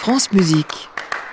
France Musique.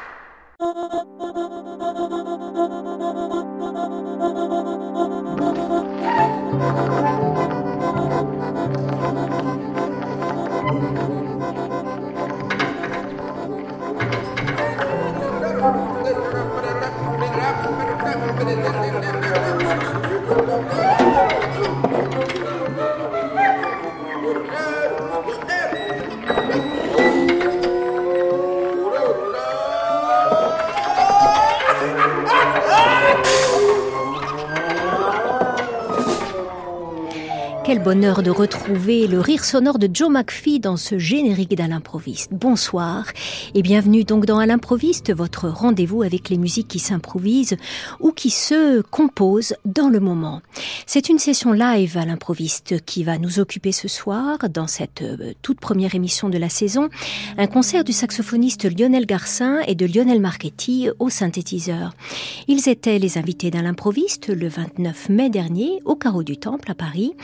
Quel bonheur de retrouver le rire sonore de Joe McPhee dans ce générique d'À l'improviste. Bonsoir et bienvenue donc dans À l'improviste, votre rendez-vous avec les musiques qui s'improvisent ou qui se composent dans le moment. C'est une session live à l'improviste qui va nous occuper ce soir dans cette toute première émission de la saison. Un concert du saxophoniste Lionel Garcin et de Lionel Marchetti au synthétiseur. Ils étaient les invités d'À l'improviste le 29 mai dernier au Carreau du Temple à Paris.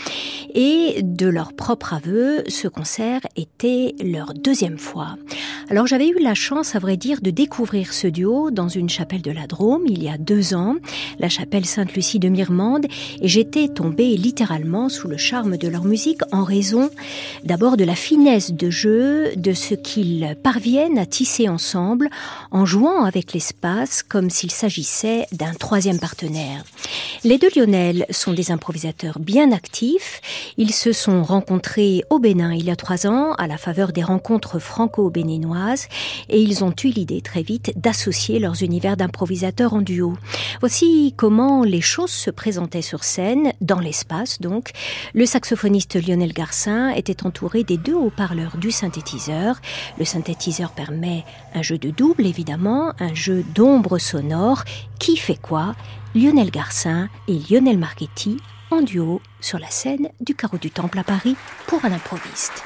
Et de leur propre aveu, ce concert était leur deuxième fois. Alors j'avais eu la chance, à vrai dire, de découvrir ce duo dans une chapelle de la Drôme il y a 2 ans, la chapelle Sainte-Lucie de Mirmande, et j'étais tombée littéralement sous le charme de leur musique en raison d'abord de la finesse de jeu, de ce qu'ils parviennent à tisser ensemble en jouant avec l'espace comme s'il s'agissait d'un troisième partenaire. Les deux Lionel sont des improvisateurs bien actifs. Ils se sont rencontrés au Bénin il y a 3 ans à la faveur des rencontres franco-béninoises et ils ont eu l'idée très vite d'associer leurs univers d'improvisateurs en duo. Voici comment les choses se présentaient sur scène, dans l'espace donc. Le saxophoniste Lionel Garcin était entouré des 2 haut-parleurs du synthétiseur. Le synthétiseur permet un jeu de double évidemment, un jeu d'ombre sonore. Qui fait quoi ? Lionel Garcin et Lionel Marchetti en duo sur la scène du Carreau du Temple à Paris pour Un improviste.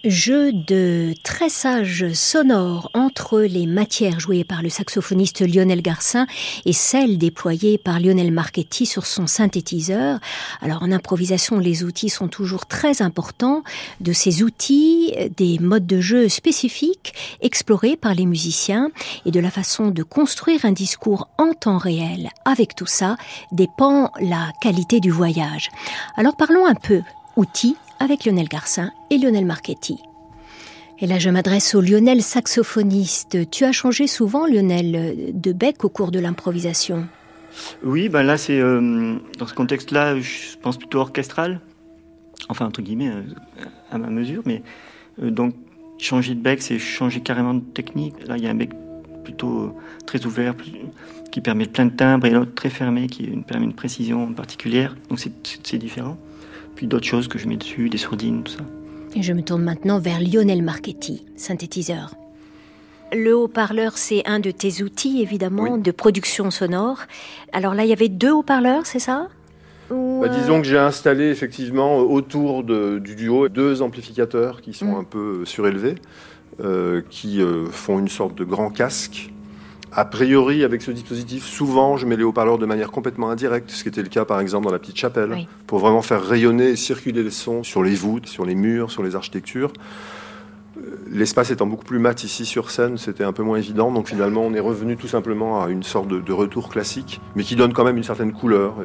Jeu de tressage sonore entre les matières jouées par le saxophoniste Lionel Garcin et celles déployées par Lionel Marchetti sur son synthétiseur. Alors en improvisation, les outils sont toujours très importants. De ces outils, des modes de jeu spécifiques explorés par les musiciens et de la façon de construire un discours en temps réel. Avec tout ça, dépend la qualité du voyage. Alors parlons un peu outils avec Lionel Garcin et Lionel Marchetti. Et là, je m'adresse au Lionel saxophoniste. Tu as changé souvent, Lionel, de bec au cours de l'improvisation? Oui, ben là, c'est dans ce contexte-là, je pense plutôt orchestral, enfin entre guillemets, à ma mesure, mais donc changer de bec, c'est changer carrément de technique. Là, il y a un bec plutôt très ouvert, qui permet plein de timbres, et l'autre très fermé, qui permet une précision particulière. Donc c'est différent. Puis d'autres choses que je mets dessus, des sourdines, tout ça. Et je me tourne maintenant vers Lionel Marchetti, synthétiseur. Le haut-parleur, c'est un de tes outils, évidemment, de production sonore. Alors là, il y avait 2 haut-parleurs, c'est ça? Disons que j'ai installé effectivement autour du duo 2 amplificateurs qui sont un peu surélevés, qui font une sorte de grand casque. A priori, avec ce dispositif, souvent, je mets les haut-parleurs de manière complètement indirecte, ce qui était le cas, par exemple, dans la petite chapelle, pour vraiment faire rayonner et circuler le son sur les voûtes, sur les murs, sur les architectures. L'espace étant beaucoup plus mat ici sur scène, c'était un peu moins évident, donc finalement, on est revenu tout simplement à une sorte de retour classique, mais qui donne quand même une certaine couleur.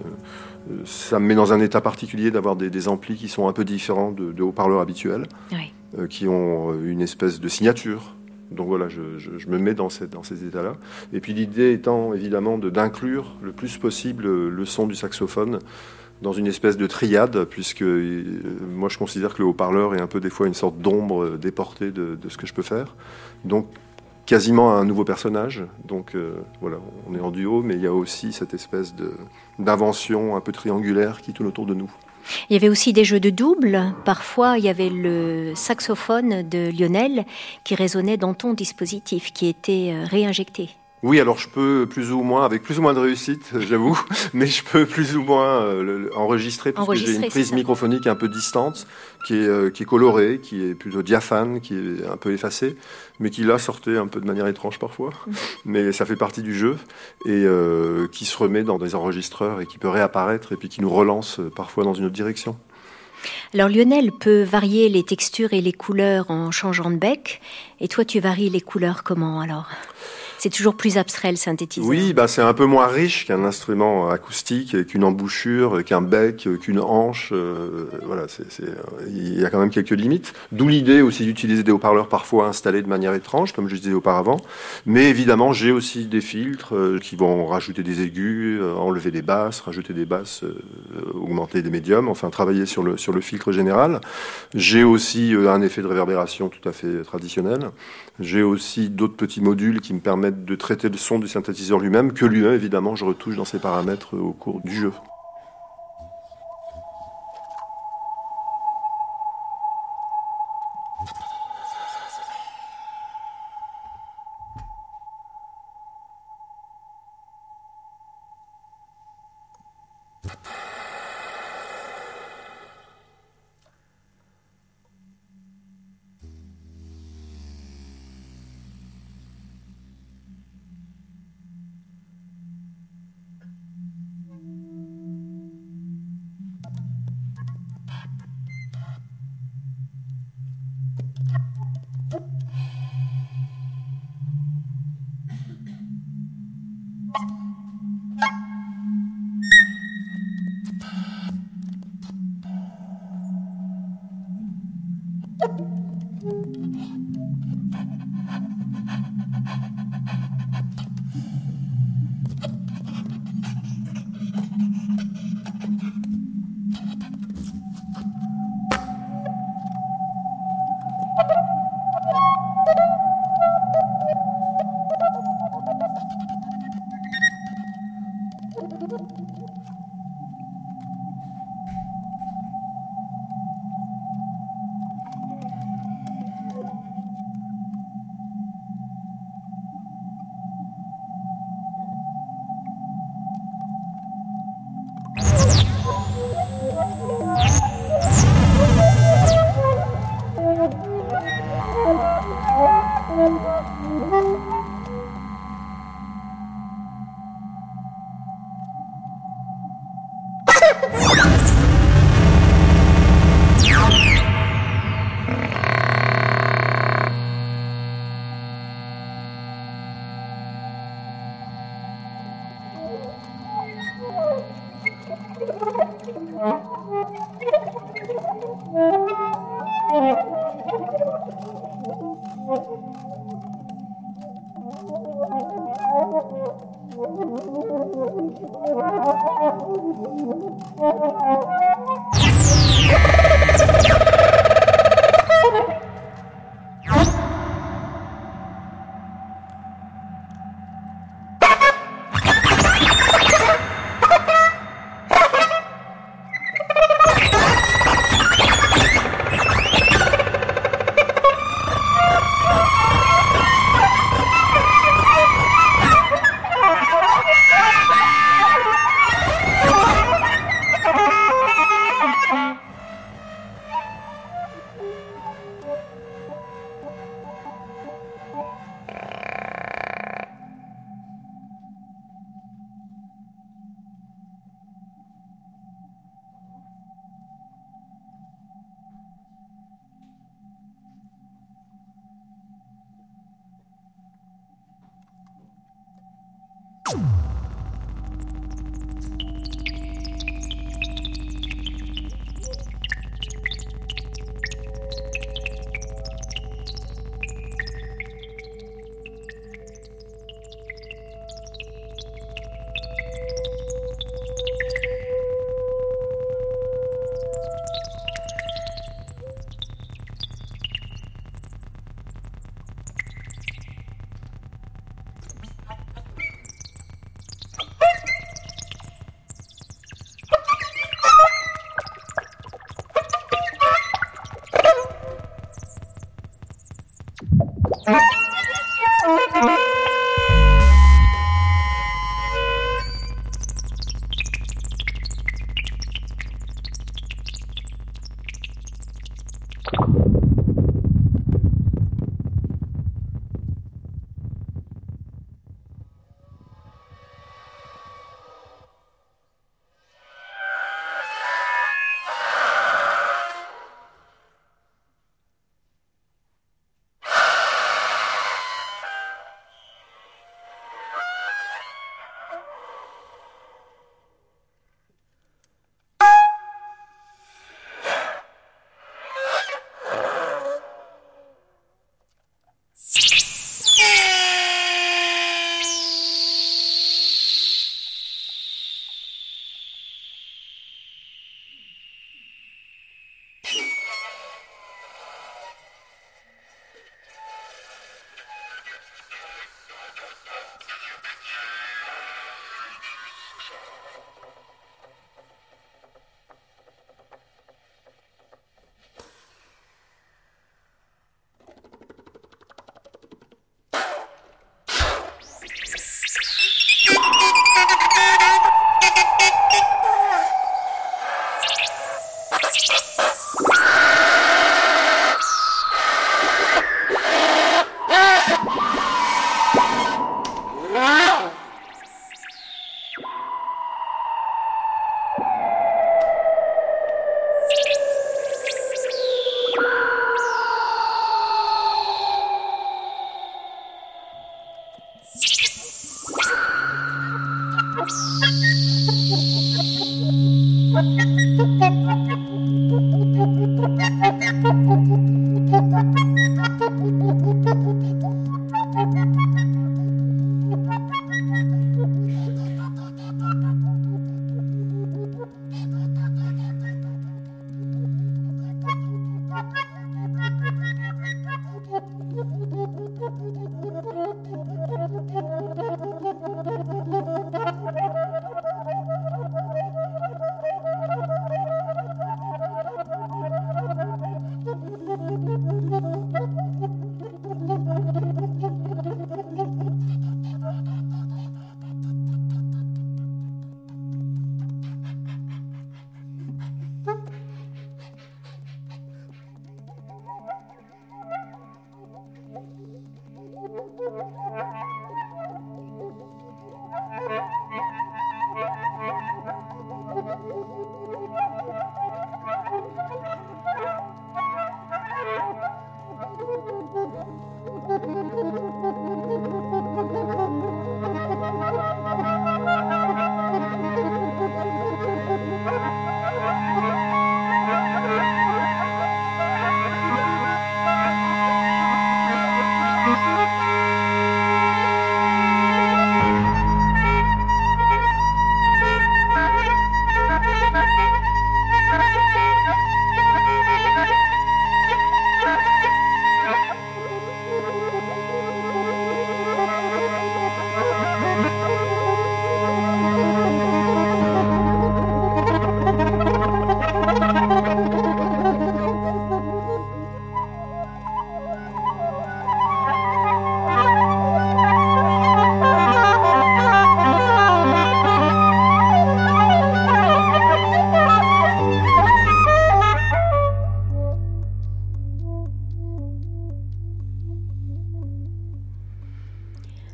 Ça me met dans un état particulier d'avoir des amplis qui sont un peu différents de haut-parleurs habituels, qui ont une espèce de signature. Donc voilà, je me mets dans ces états-là. Et puis l'idée étant évidemment d'inclure le plus possible le son du saxophone dans une espèce de triade, puisque moi je considère que le haut-parleur est un peu des fois une sorte d'ombre déportée de ce que je peux faire. Donc quasiment un nouveau personnage. Donc voilà, on est en duo, mais il y a aussi cette espèce d'invention un peu triangulaire qui tourne autour de nous. Il y avait aussi des jeux de double. Parfois, il y avait le saxophone de Lionel qui résonnait dans ton dispositif, qui était réinjecté. Oui, alors je peux plus ou moins, avec plus ou moins de réussite, j'avoue, mais je peux plus ou moins enregistrer, parce que j'ai une prise microphonique un peu distante, qui est colorée, qui est plutôt diaphane, qui est un peu effacée, mais qui là sortait un peu de manière étrange parfois, mais ça fait partie du jeu, et qui se remet dans des enregistreurs et qui peut réapparaître, et puis qui nous relance parfois dans une autre direction. Alors Lionel peut varier les textures et les couleurs en changeant de bec, et toi tu varies les couleurs comment alors ? C'est toujours plus abstrait le synthétiseur. Oui, c'est un peu moins riche qu'un instrument acoustique, qu'une embouchure, qu'un bec, qu'une hanche. Voilà, il y a quand même quelques limites. D'où l'idée aussi d'utiliser des haut-parleurs parfois installés de manière étrange, comme je disais auparavant. Mais évidemment, j'ai aussi des filtres qui vont rajouter des aigus, enlever des basses, rajouter des basses, augmenter des médiums, enfin travailler sur le filtre général. J'ai aussi un effet de réverbération tout à fait traditionnel. J'ai aussi d'autres petits modules qui me permettent de traiter le son du synthétiseur lui-même, que lui-même, évidemment, je retouche dans ses paramètres au cours du jeu.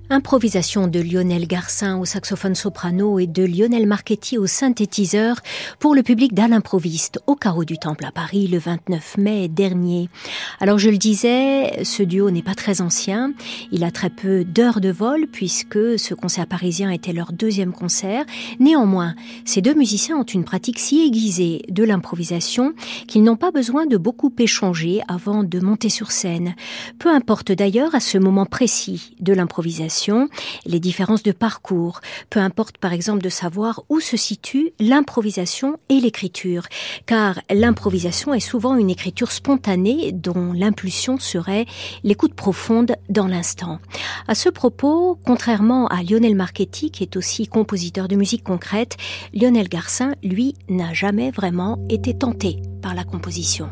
Improvisation de Lionel Garcin au saxophone soprano et de Lionel Marchetti au synthétiseur pour le public d'À l'improviste au Carreau du Temple à Paris le 29 mai dernier. Alors je le disais, ce duo n'est pas très ancien, il a très peu d'heures de vol puisque ce concert parisien était leur deuxième concert. Néanmoins, ces deux musiciens ont une pratique si aiguisée de l'improvisation qu'ils n'ont pas besoin de beaucoup échanger avant de monter sur scène. Peu importe d'ailleurs à ce moment précis de l'improvisation les différences de parcours. Peu importe par exemple de savoir où se situe l'improvisation et l'écriture, car l'improvisation est souvent une écriture spontanée dont l'impulsion serait l'écoute profonde dans l'instant. À ce propos, contrairement à Lionel Marchetti, qui est aussi compositeur de musique concrète, Lionel Garcin, lui, n'a jamais vraiment été tenté par la composition.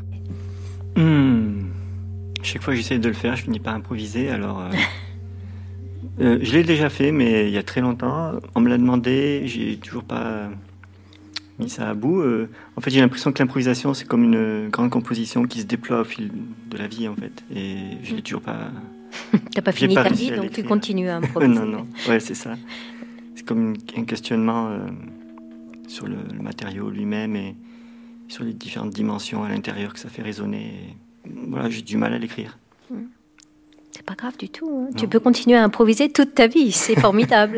Chaque fois que j'essaie de le faire, je finis par improviser, alors... je l'ai déjà fait, mais il y a très longtemps. On me l'a demandé, j'ai toujours pas mis ça à bout. En fait, j'ai l'impression que l'improvisation, c'est comme une grande composition qui se déploie au fil de la vie, en fait. Et je l'ai toujours pas... T'as pas fini ta vie, donc tu continues à improviser. Non. Ouais, c'est ça. C'est comme un questionnement sur le matériau lui-même et sur les différentes dimensions à l'intérieur que ça fait résonner. Et voilà, j'ai du mal à l'écrire. C'est pas grave du tout. Hein. Tu peux continuer à improviser toute ta vie. C'est formidable.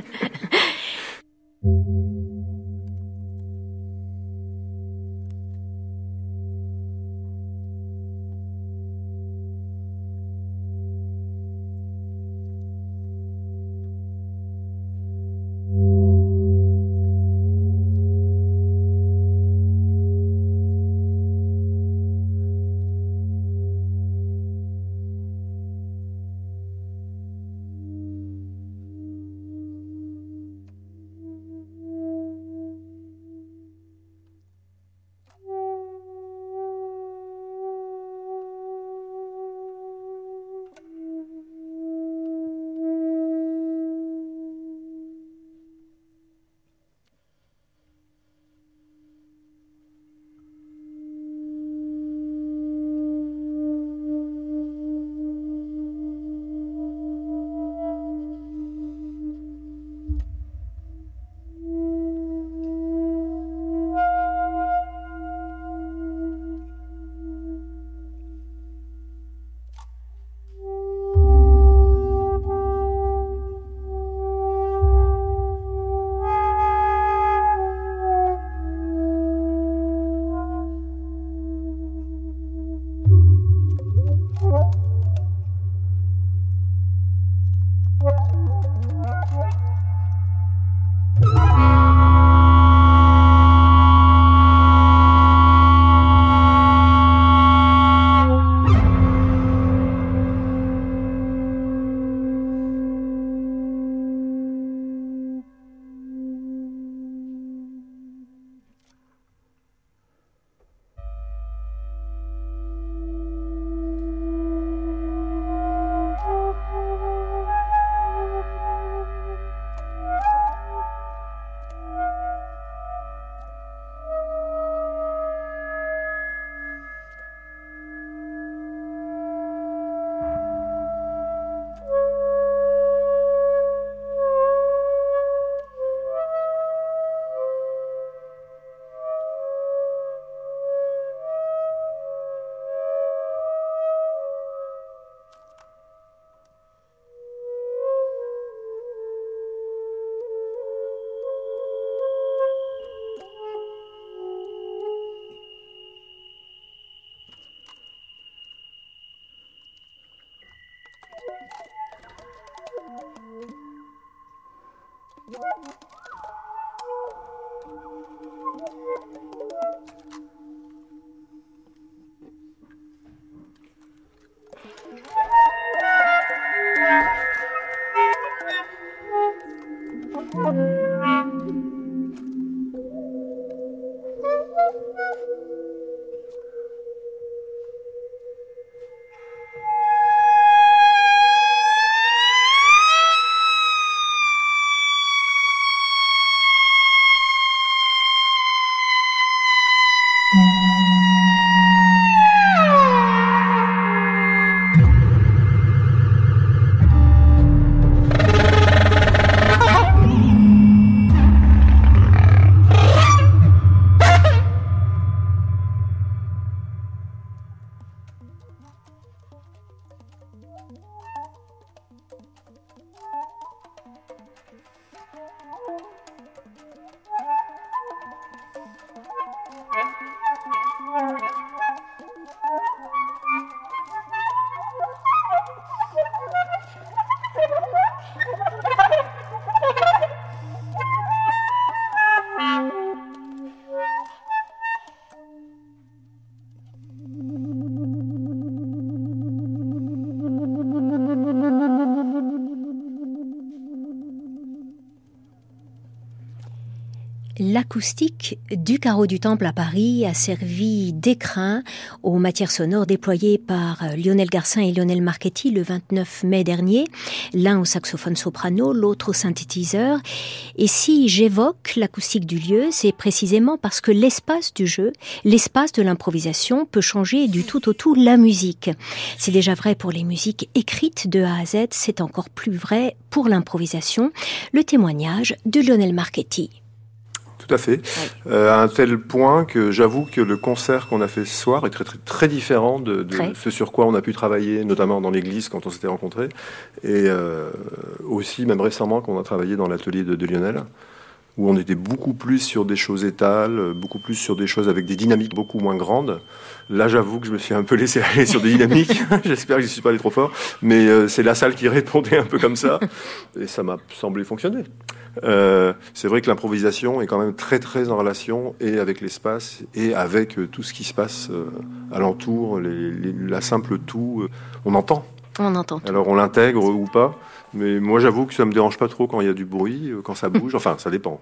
L'acoustique du Carreau du Temple à Paris a servi d'écrin aux matières sonores déployées par Lionel Garcin et Lionel Marchetti le 29 mai dernier, l'un au saxophone soprano, l'autre au synthétiseur. Et si j'évoque l'acoustique du lieu, c'est précisément parce que l'espace du jeu, l'espace de l'improvisation peut changer du tout au tout la musique. C'est déjà vrai pour les musiques écrites de A à Z, c'est encore plus vrai pour l'improvisation. Le témoignage de Lionel Marchetti. Tout à fait. À un tel point que j'avoue que le concert qu'on a fait ce soir est très, très, très différent de ce sur quoi on a pu travailler, notamment dans l'église quand on s'était rencontrés, et aussi, même récemment, qu'on a travaillé dans l'atelier de Lionel, où on était beaucoup plus sur des choses étales, beaucoup plus sur des choses avec des dynamiques beaucoup moins grandes. Là, j'avoue que je me suis un peu laissé aller sur des dynamiques. J'espère que je ne suis pas allé trop fort. Mais c'est la salle qui répondait un peu comme ça. Et ça m'a semblé fonctionner. C'est vrai que l'improvisation est quand même très, très en relation et avec l'espace et avec tout ce qui se passe alentour, la simple toux. On entend. On entend tout. Alors, on l'intègre ou pas. Mais moi, j'avoue que ça me dérange pas trop quand il y a du bruit, quand ça bouge. Enfin, ça dépend.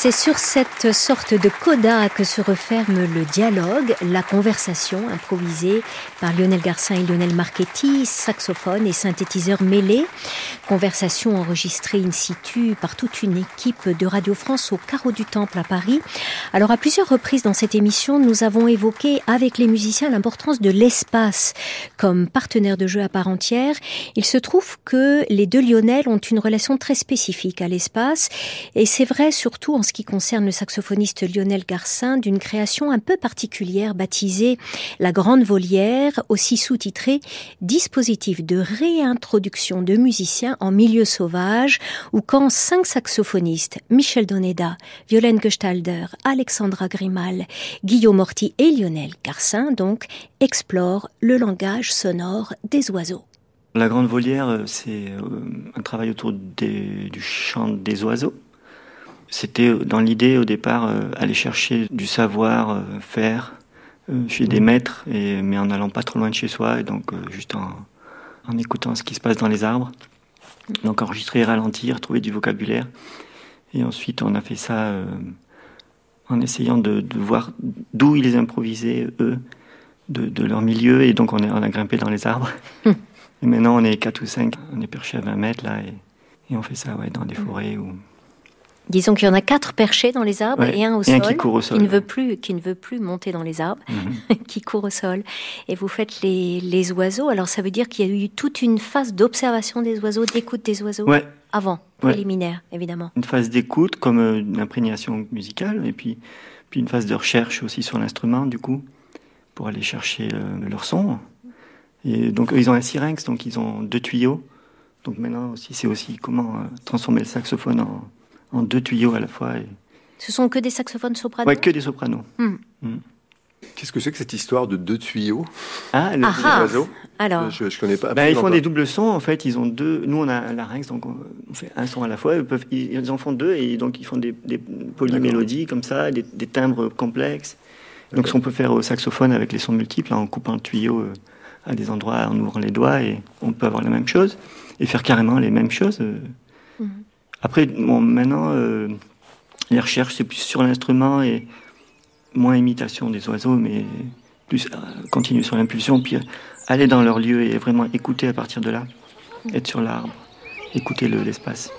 C'est sur cette sorte de coda que se referme le dialogue, la conversation improvisée par Lionel Garcin et Lionel Marchetti, saxophone et synthétiseur mêlés. Conversation enregistrée in situ par toute une équipe de Radio France au Carreau du Temple à Paris. Alors à plusieurs reprises dans cette émission, nous avons évoqué avec les musiciens l'importance de l'espace comme partenaire de jeu à part entière. Il se trouve que les deux Lionel ont une relation très spécifique à l'espace et c'est vrai surtout en ce qui concerne le saxophoniste Lionel Garcin d'une création un peu particulière baptisée La Grande Volière, aussi sous-titrée Dispositif de réintroduction de musiciens en milieu sauvage, où quand 5 saxophonistes, Michel Doneda, Violaine Gestalder, Alexandra Grimal, Guillaume Horty et Lionel Garcin donc explorent le langage sonore des oiseaux. La Grande Volière, c'est un travail autour du chant des oiseaux. C'était dans l'idée au départ aller chercher du savoir-faire chez des maîtres, mais en n'allant pas trop loin de chez soi, et donc juste en écoutant ce qui se passe dans les arbres. Donc enregistrer, ralentir, trouver du vocabulaire. Et ensuite on a fait ça en essayant de voir d'où ils improvisaient eux, de leur milieu, et donc on a grimpé dans les arbres. Et maintenant on est 4 ou 5, on est perché à 20 mètres là, et on fait ça dans des forêts où... Disons qu'il y en a 4 perchés dans les arbres et un au sol, un qui court au sol, qui ne veut plus monter dans les arbres, qui court au sol. Et vous faites les oiseaux. Alors ça veut dire qu'il y a eu toute une phase d'observation des oiseaux, d'écoute des oiseaux avant, préliminaire évidemment. Une phase d'écoute comme une imprégnation musicale, et puis une phase de recherche aussi sur l'instrument du coup, pour aller chercher leur son. Et donc ils ont un syrinx, donc ils ont 2 tuyaux. Donc maintenant aussi c'est aussi comment transformer le saxophone en 2 tuyaux à la fois. Ce sont que des saxophones sopranos ? Oui, que des sopranos. Qu'est-ce que c'est que cette histoire de 2 tuyaux ? Oiseau. Alors, je connais pas. Ils font des doubles sons. En fait, ils ont 2. Nous, on a un larynx, donc on fait un son à la fois. Ils en font 2, et donc ils font des polymélodies comme ça, des timbres complexes. Donc, ce qu'on peut faire au saxophone avec les sons multiples, en coupant le tuyau à des endroits, en ouvrant les doigts, et on peut avoir la même chose et faire carrément les mêmes choses. Après, maintenant, les recherches, c'est plus sur l'instrument et moins imitation des oiseaux, mais plus continuer sur l'impulsion, puis aller dans leur lieu et vraiment écouter à partir de là, être sur l'arbre, écouter l'espace.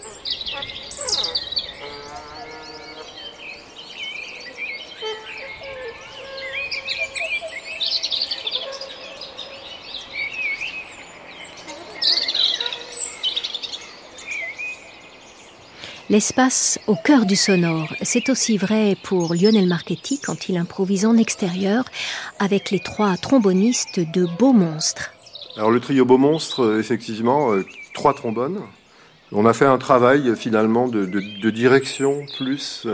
L'espace au cœur du sonore, c'est aussi vrai pour Lionel Marchetti quand il improvise en extérieur avec les 3 trombonistes de Beau Monstre. Alors le trio Beau Monstre, effectivement, 3 trombones. On a fait un travail finalement de direction plus,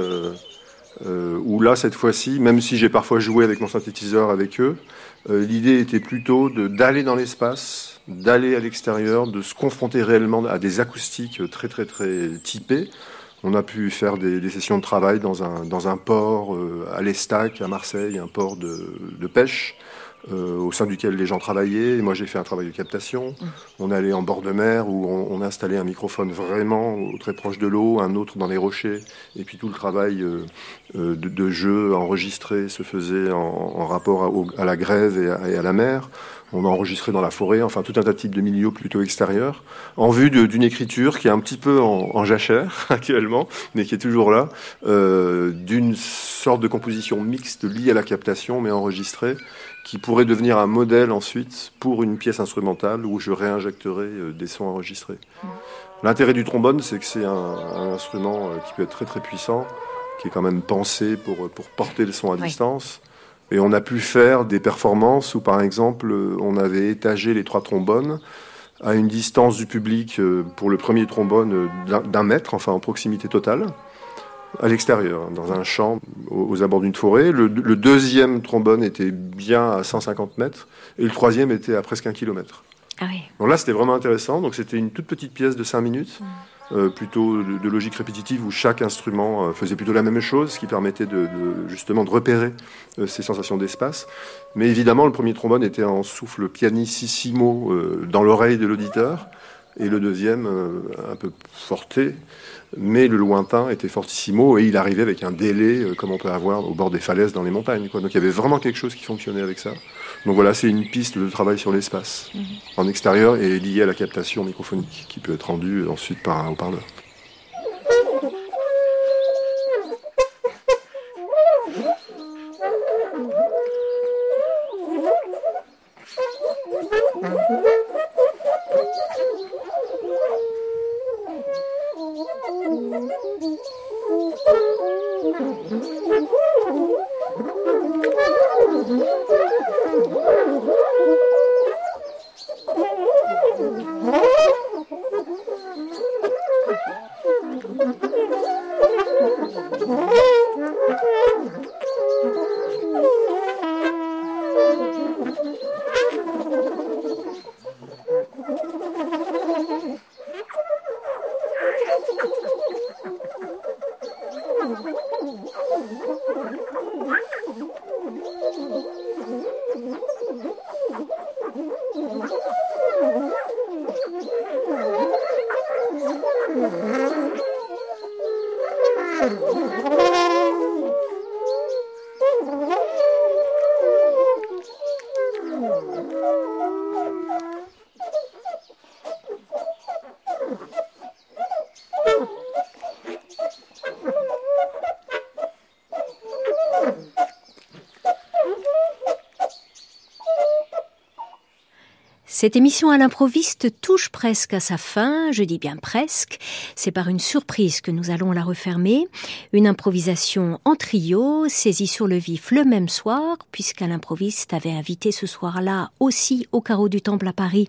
où là cette fois-ci, même si j'ai parfois joué avec mon synthétiseur avec eux, l'idée était plutôt d'aller dans l'espace, d'aller à l'extérieur, de se confronter réellement à des acoustiques très très très typées. On a pu faire des sessions de travail dans un port à l'Estac, à Marseille, un port de pêche, au sein duquel les gens travaillaient. Et moi, j'ai fait un travail de captation. On allait en bord de mer où on installait un microphone vraiment très proche de l'eau, un autre dans les rochers. Et puis tout le travail de jeu enregistré se faisait en rapport à la grève et à la mer. On a enregistré dans la forêt, enfin tout un tas de types de milieux plutôt extérieurs, en vue d'une écriture qui est un petit peu en jachère actuellement, mais qui est toujours là, d'une sorte de composition mixte liée à la captation, mais enregistrée, qui pourrait devenir un modèle ensuite pour une pièce instrumentale où je réinjecterai des sons enregistrés. L'intérêt du trombone, c'est que c'est un instrument qui peut être très très puissant, qui est quand même pensé pour porter le son à distance. Et on a pu faire des performances où, par exemple, on avait étagé les 3 trombones à une distance du public pour le premier trombone d'1 mètre, enfin en proximité totale, à l'extérieur, dans un champ aux abords d'une forêt. Le deuxième trombone était bien à 150 mètres et le troisième était à presque 1 kilomètre. Ah oui. Donc là, c'était vraiment intéressant. Donc c'était une toute petite pièce de 5 minutes. Plutôt de logique répétitive où chaque instrument faisait plutôt la même chose, ce qui permettait justement de repérer ces sensations d'espace. Mais évidemment, le premier trombone était en souffle pianissimo dans l'oreille de l'auditeur. et le deuxième un peu forte, mais le lointain était fortissimo, et il arrivait avec un délai comme on peut avoir au bord des falaises dans les montagnes, quoi. Donc il y avait vraiment quelque chose qui fonctionnait avec ça. Donc voilà, c'est une piste de travail sur l'espace, en extérieur, et liée à la captation microphonique, qui peut être rendue ensuite par un haut-parleur. Cette émission à l'improviste touche presque à sa fin, je dis bien presque. C'est par une surprise que nous allons la refermer. Une improvisation en trio, saisie sur le vif le même soir, puisqu'à l'improviste avait invité ce soir-là aussi au Carreau du Temple à Paris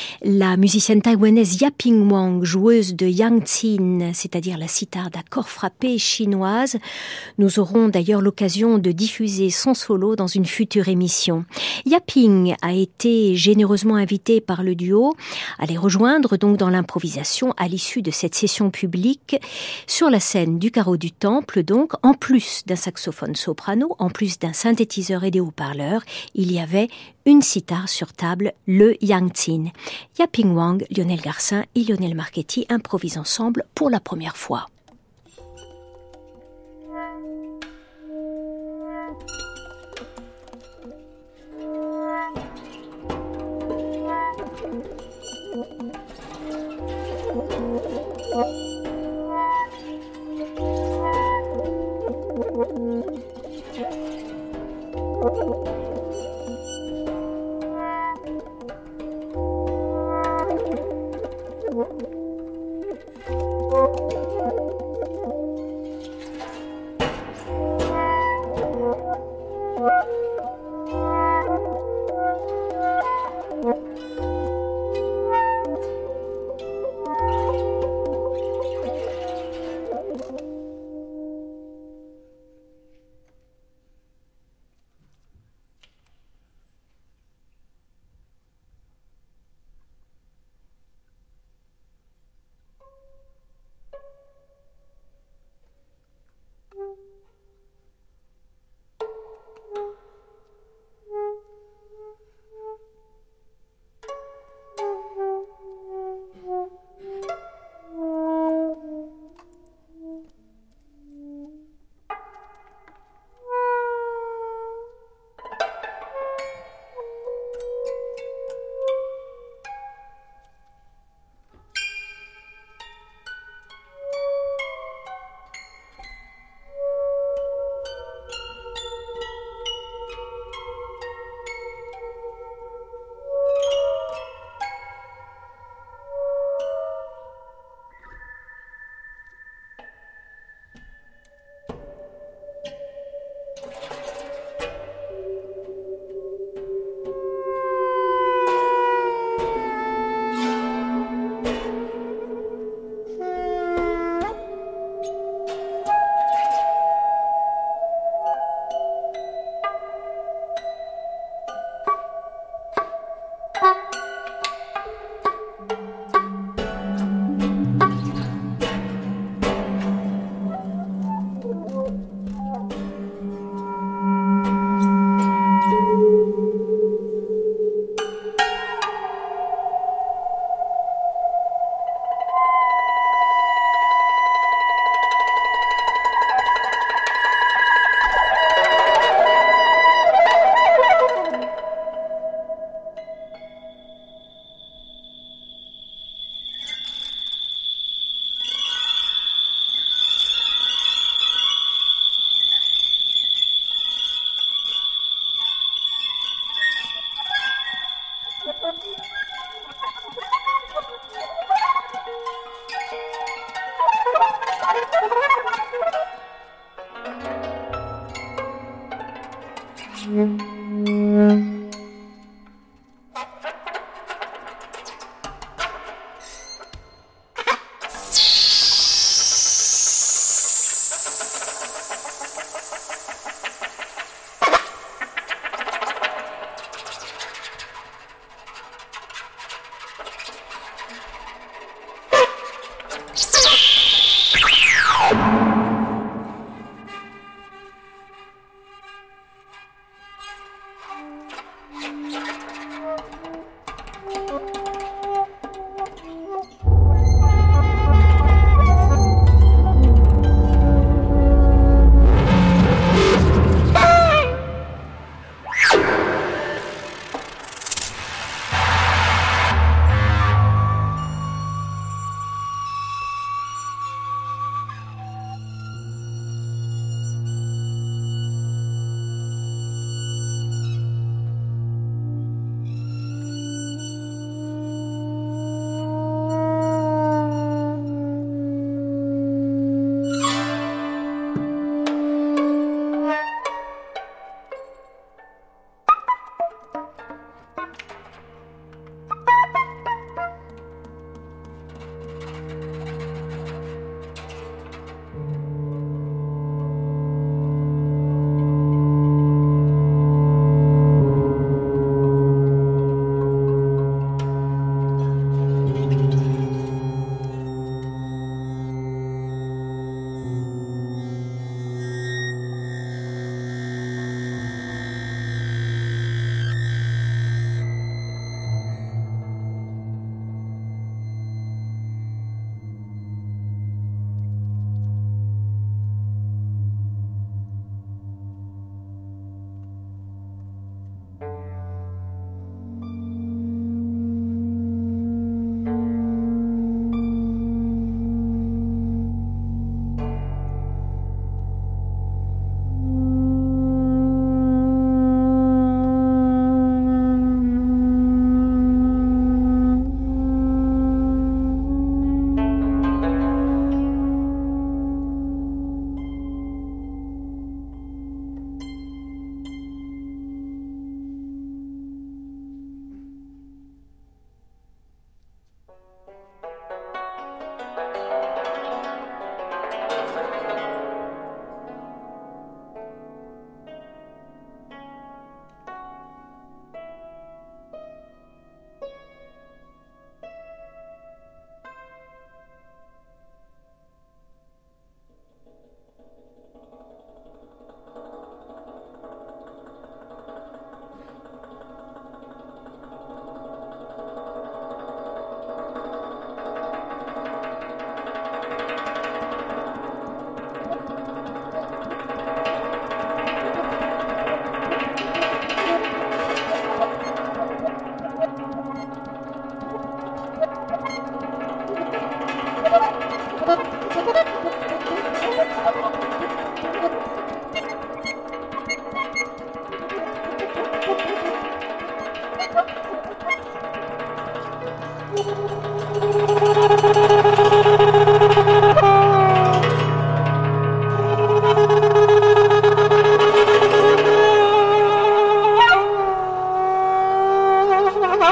la musicienne taïwanaise Yaping Wang, joueuse de yangqin, c'est-à-dire la sitar à corps frappé chinoise. Nous aurons d'ailleurs l'occasion de diffuser son solo dans une future émission. Yaping a été généreusement invitée par le duo à les rejoindre donc dans l'improvisation à l'issue de cette session publique sur la scène du Carreau du Temple. Donc, en plus d'un saxophone soprano, en plus d'un synthétiseur et des haut-parleurs, il y avait une sitar sur table, le yangqin. Yaping Wang, Lionel Garcin et Lionel Marchetti improvisent ensemble pour la première fois.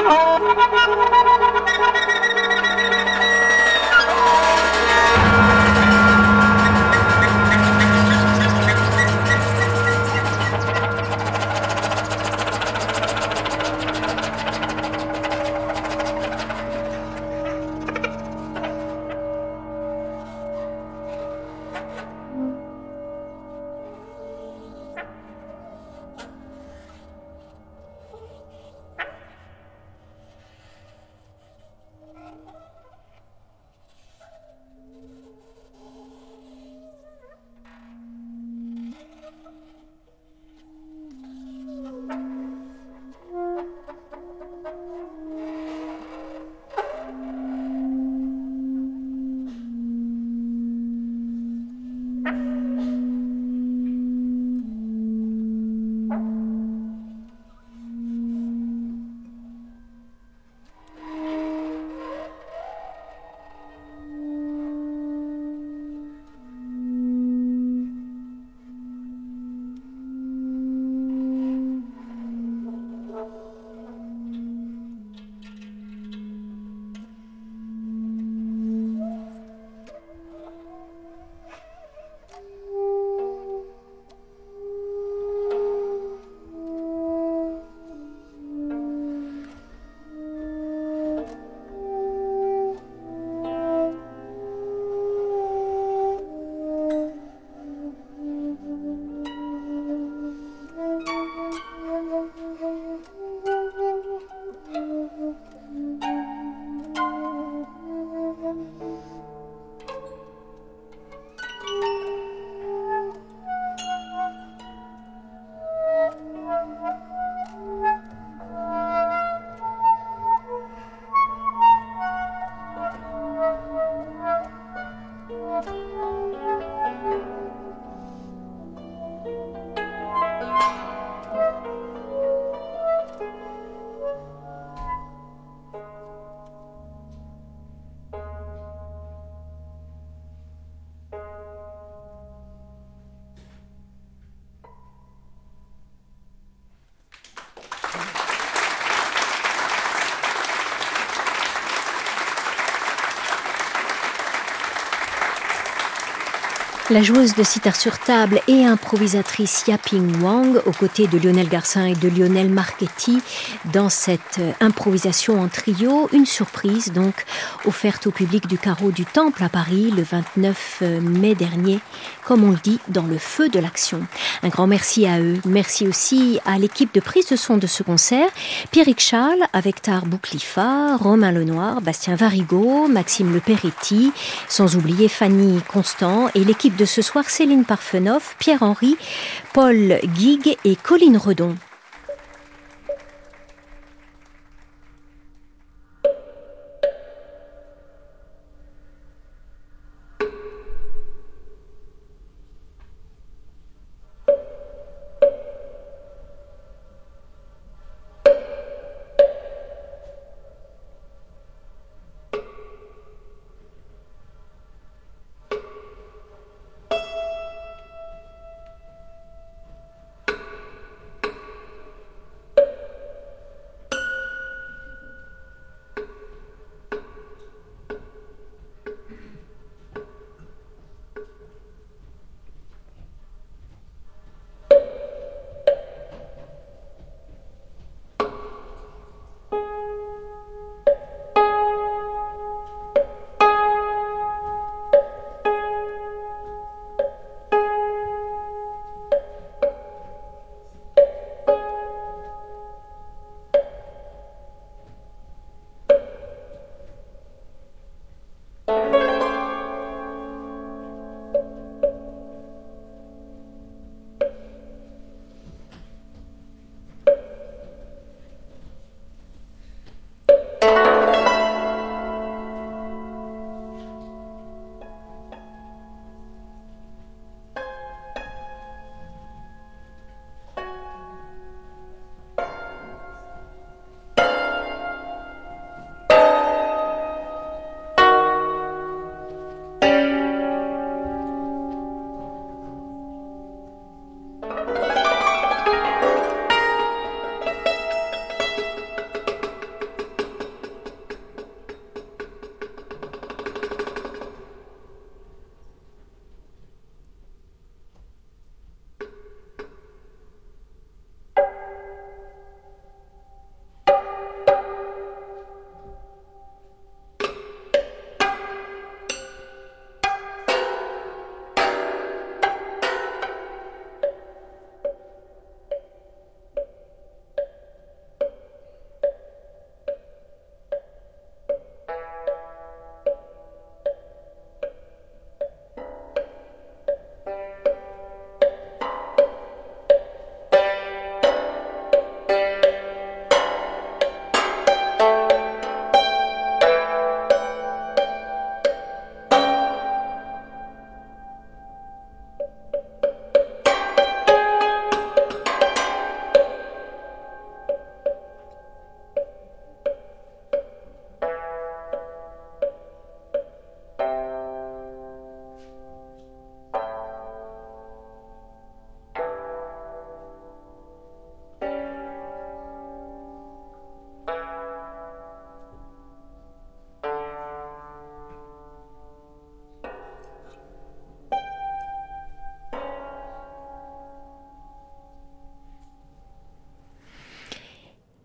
La joueuse de sitar sur table et improvisatrice Yaping Wang, aux côtés de Lionel Garcin et de Lionel Marchetti, dans cette improvisation en trio, une surprise donc offerte au public du Carreau du Temple à Paris le 29 mai dernier, comme on le dit, dans le feu de l'action. Un grand merci à eux. Merci aussi à l'équipe de prise de son de ce concert, Pierrick Charles avec Tar Bouklifa, Romain Lenoir, Bastien Varigot, Maxime Le Peretti, sans oublier Fanny Constant et l'équipe de ce soir, Céline Parfenoff, Pierre-Henry, Paul Guigues et Colline Redon.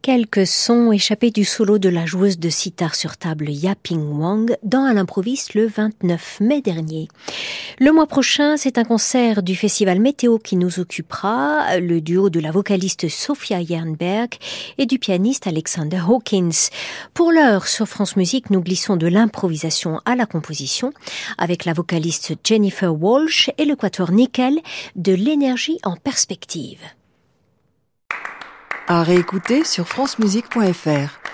Quelques sons échappés du solo de la joueuse de sitar sur table Yaping Wang dans À l'improviste le 29 mai dernier. Le mois prochain, c'est un concert du festival Météo qui nous occupera, le duo de la vocaliste Sophia Jernberg et du pianiste Alexander Hawkins. Pour l'heure, sur France Musique, nous glissons de l'improvisation à la composition avec la vocaliste Jennifer Walsh et le quatuor Nickel de l'énergie en perspective. À réécouter sur francemusique.fr.